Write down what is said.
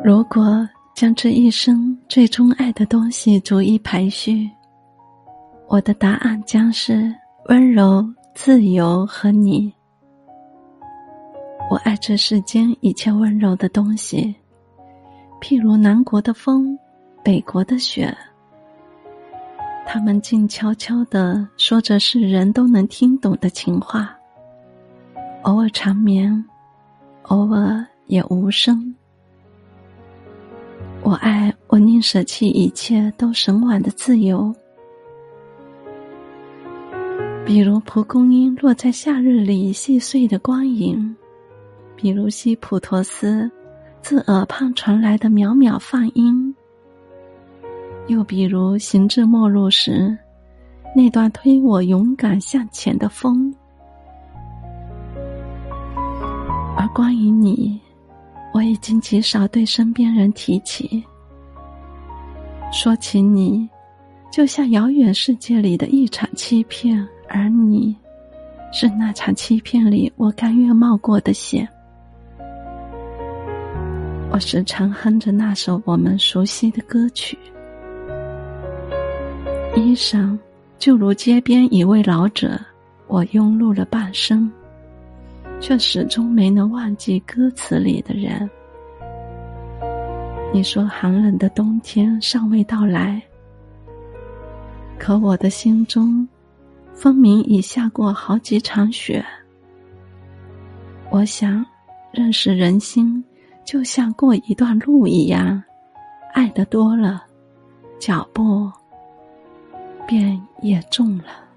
如果将这一生最钟爱的东西逐一排序，我的答案将是温柔、自由和你。我爱这世间一切温柔的东西，譬如南国的风，北国的雪，他们静悄悄地说着世人都能听懂的情话，偶尔长眠，偶尔也无声。我爱我宁舍弃一切都神往的自由，比如蒲公英落在夏日里细碎的光影，比如西普陀斯自耳畔传来的渺渺梵音，又比如行至末路时那段推我勇敢向前的风。而关于你，我已经极少对身边人提起。说起你，就像遥远世界里的一场欺骗，而你是那场欺骗里我甘愿冒过的险。我时常哼着那首我们熟悉的歌曲，衣裳就如街边一位老者，我庸碌了半生，却始终没能忘记歌词里的人。你说寒冷的冬天尚未到来，可我的心中分明已下过好几场雪。我想认识人心就像过一段路一样，爱得多了，脚步便也重了。